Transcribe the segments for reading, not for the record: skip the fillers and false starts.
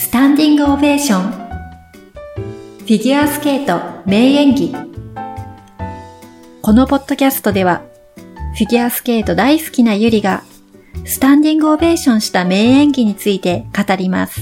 スタンディングオベーション。フィギュアスケート名演技。このポッドキャストでは、フィギュアスケート大好きなゆりが、スタンディングオベーションした名演技について語ります。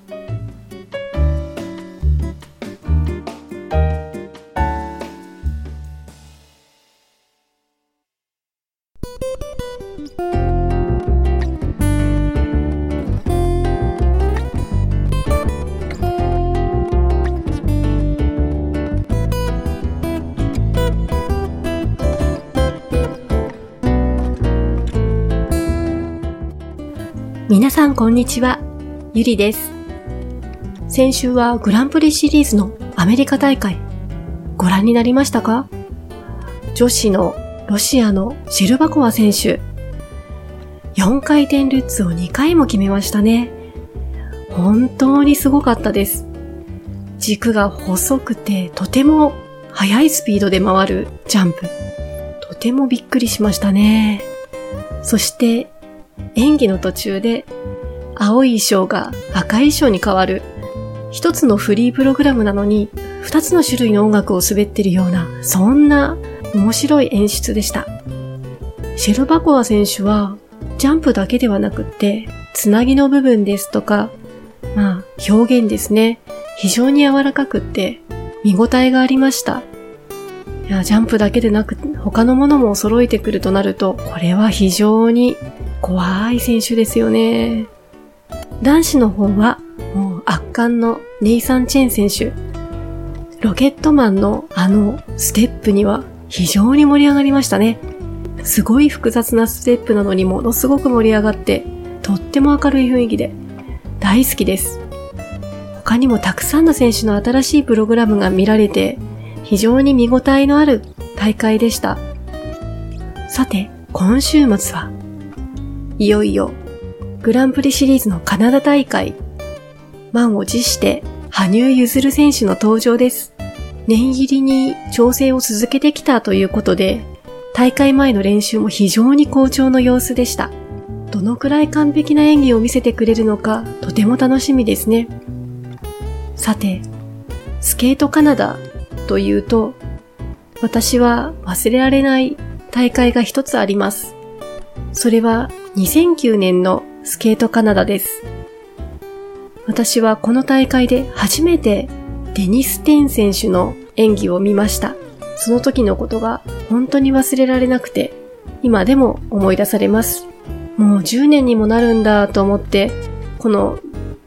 皆さんこんにちは、ゆりです。先週はグランプリシリーズのアメリカ大会、ご覧になりましたか？女子のロシアのシェルバコワ選手、4回転ルッツを2回も決めましたね。本当にすごかったです。軸が細くてとても速いスピードで回るジャンプ、とてもびっくりしましたね。そして演技の途中で青い衣装が赤い衣装に変わる、一つのフリープログラムなのに二つの種類の音楽を滑っているような、そんな面白い演出でした。シェルバコワ選手はジャンプだけではなくってつなぎの部分ですとか、表現ですね、非常に柔らかくって見応えがありました。ジャンプだけでなく他のものも揃えてくるとなると、これは非常に怖い選手ですよね。男子の方はもう圧巻のネイサン・チェン選手。ロケットマンのステップには非常に盛り上がりましたね。すごい複雑なステップなのにものすごく盛り上がって、とっても明るい雰囲気で大好きです。他にもたくさんの選手の新しいプログラムが見られて、非常に見応えのある大会でした。さて、今週末はいよいよグランプリシリーズのカナダ大会、満を持して羽生結弦選手の登場です。念入りに調整を続けてきたということで、大会前の練習も非常に好調の様子でした。どのくらい完璧な演技を見せてくれるのか、とても楽しみですね。さて、スケートカナダというと、私は忘れられない大会が一つあります。それは2009年のスケートカナダです。私はこの大会で初めてデニス・テン選手の演技を見ました。その時のことが本当に忘れられなくて、今でも思い出されます。もう10年にもなるんだと思って、この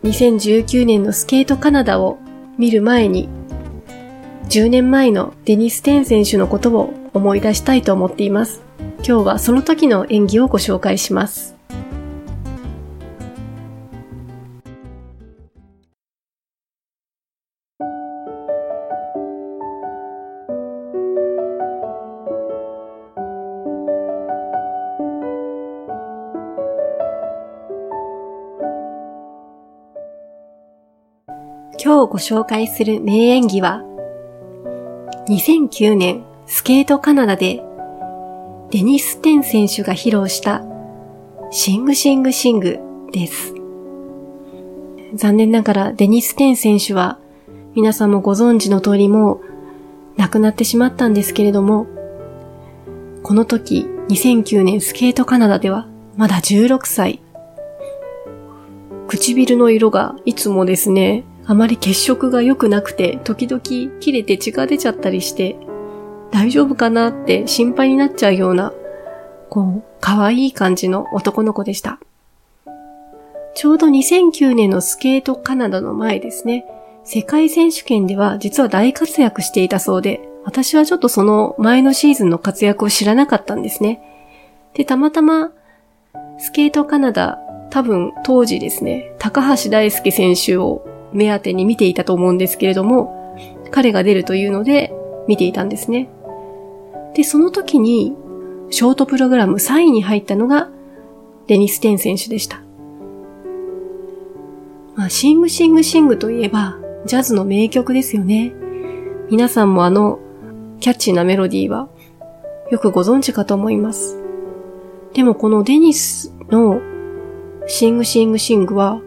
2019年のスケートカナダを見る前に、10年前のデニス・テン選手のことを思い出したいと思っています。今日はその時の演技をご紹介します。今日ご紹介する名演技は、2009年スケートカナダでデニス・テン選手が披露したシングシングシングです。残念ながらデニス・テン選手は皆さんもご存知の通りもう亡くなってしまったんですけれども、この時2009年スケートカナダではまだ16歳。唇の色がいつもですね、あまり血色が良くなくて、時々切れて血が出ちゃったりして、大丈夫かなって心配になっちゃうような、可愛い感じの男の子でした。ちょうど2009年のスケートカナダの前ですね、世界選手権では実は大活躍していたそうで、私はちょっとその前のシーズンの活躍を知らなかったんですね。で、たまたまスケートカナダ、多分当時ですね、高橋大輔選手を目当てに見ていたと思うんですけれども、彼が出るというので見ていたんですね。で、その時にショートプログラム3位に入ったのがデニス・テン選手でした。シングシングシングといえばジャズの名曲ですよね。皆さんもキャッチーなメロディーはよくご存知かと思います。でもこのデニスのシングシングシングは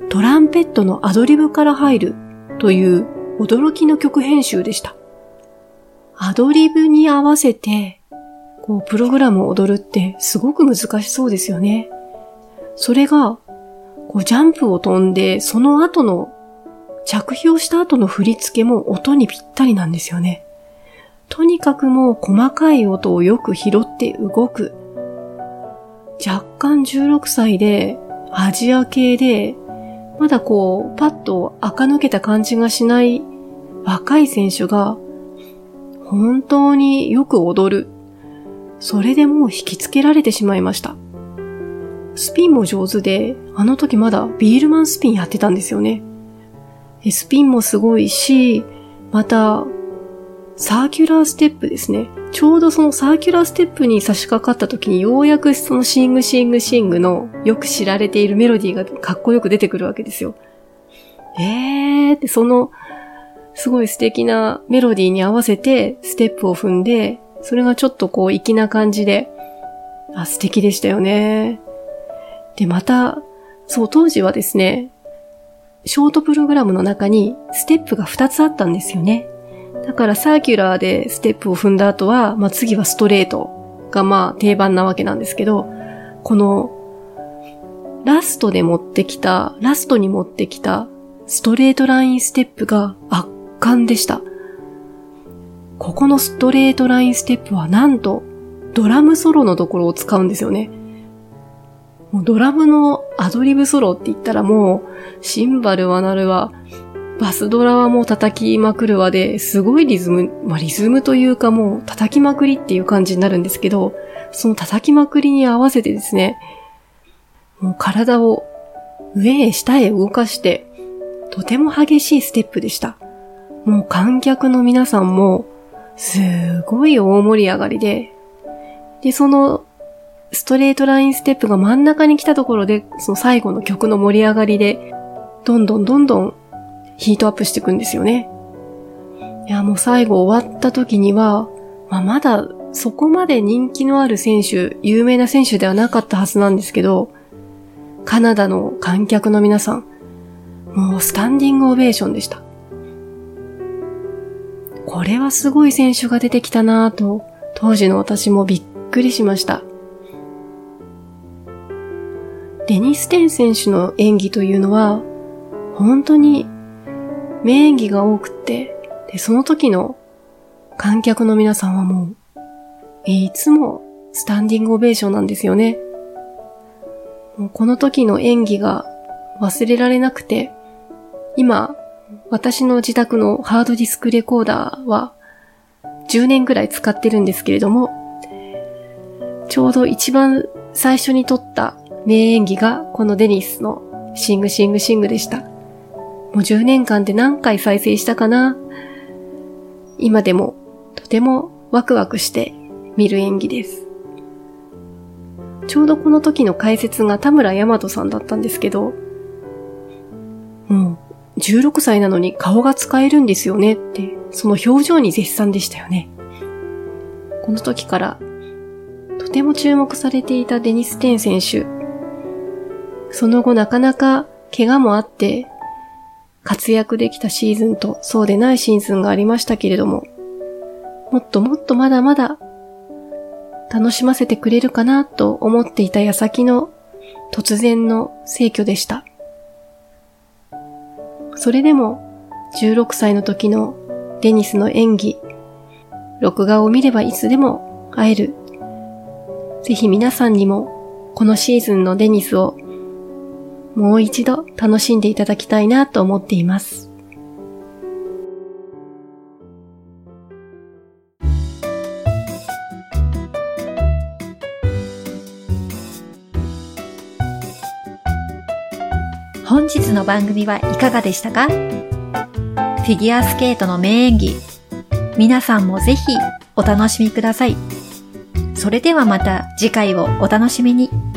トランペットのアドリブから入るという驚きの曲編集でした。アドリブに合わせて、プログラムを踊るってすごく難しそうですよね。それが、ジャンプを飛んで、その後の、着氷した後の振り付けも音にぴったりなんですよね。とにかくもう細かい音をよく拾って動く。若干16歳で、アジア系で、まだパッと垢抜けた感じがしない若い選手が、本当によく踊る。それでもう引きつけられてしまいました。スピンも上手で、あの時まだビールマンスピンやってたんですよね。スピンもすごいし、また、サーキュラーステップですね。ちょうどそのサーキュラーステップに差し掛かった時にようやくそのシングシングシングのよく知られているメロディーがかっこよく出てくるわけですよ。ってそのすごい素敵なメロディーに合わせてステップを踏んで、それがちょっと粋な感じで、素敵でしたよね。で、また、当時はですね、ショートプログラムの中にステップが2つあったんですよね。だからサーキュラーでステップを踏んだ後は、次はストレートが定番なわけなんですけど、このラストに持ってきたストレートラインステップが圧巻でした。ここのストレートラインステップはなんとドラムソロのところを使うんですよね。もうドラムのアドリブソロって言ったらもうシンバルは鳴るわ、バスドラはもう叩きまくるわで、すごいリズムというかもう叩きまくりっていう感じになるんですけど、その叩きまくりに合わせてですね、もう体を上へ下へ動かして、とても激しいステップでした。もう観客の皆さんもすごい大盛り上がりで、そのストレートラインステップが真ん中に来たところで、その最後の曲の盛り上がりで、どんどんヒートアップしていくんですよね。いや、もう最後終わった時には、まだそこまで人気のある選手、有名な選手ではなかったはずなんですけど、カナダの観客の皆さん、もうスタンディングオベーションでした。これはすごい選手が出てきたなぁと、当時の私もびっくりしました。デニス・テン選手の演技というのは、本当に名演技が多くって、で、その時の観客の皆さんはもう、いつもスタンディングオベーションなんですよね。もうこの時の演技が忘れられなくて、今、私の自宅のハードディスクレコーダーは10年ぐらい使ってるんですけれども、ちょうど一番最初に撮った名演技がこのデニスのシングシングシングでした。もう10年間で何回再生したかな。今でもとてもワクワクして見る演技です。ちょうどこの時の解説が田村大和さんだったんですけど、もう16歳なのに顔が使えるんですよねって、その表情に絶賛でしたよね。この時からとても注目されていたデニス・テン選手。その後なかなか怪我もあって活躍できたシーズンとそうでないシーズンがありましたけれども、もっともっとまだまだ楽しませてくれるかなと思っていた矢先の突然の逝去でした。それでも16歳の時のデニスの演技、録画を見ればいつでも会える。ぜひ皆さんにもこのシーズンのデニスをもう一度楽しんでいただきたいなと思っています。 本日の番組はいかがでしたか？フィギュアスケートの名演技、皆さんもぜひお楽しみください。それではまた次回をお楽しみに。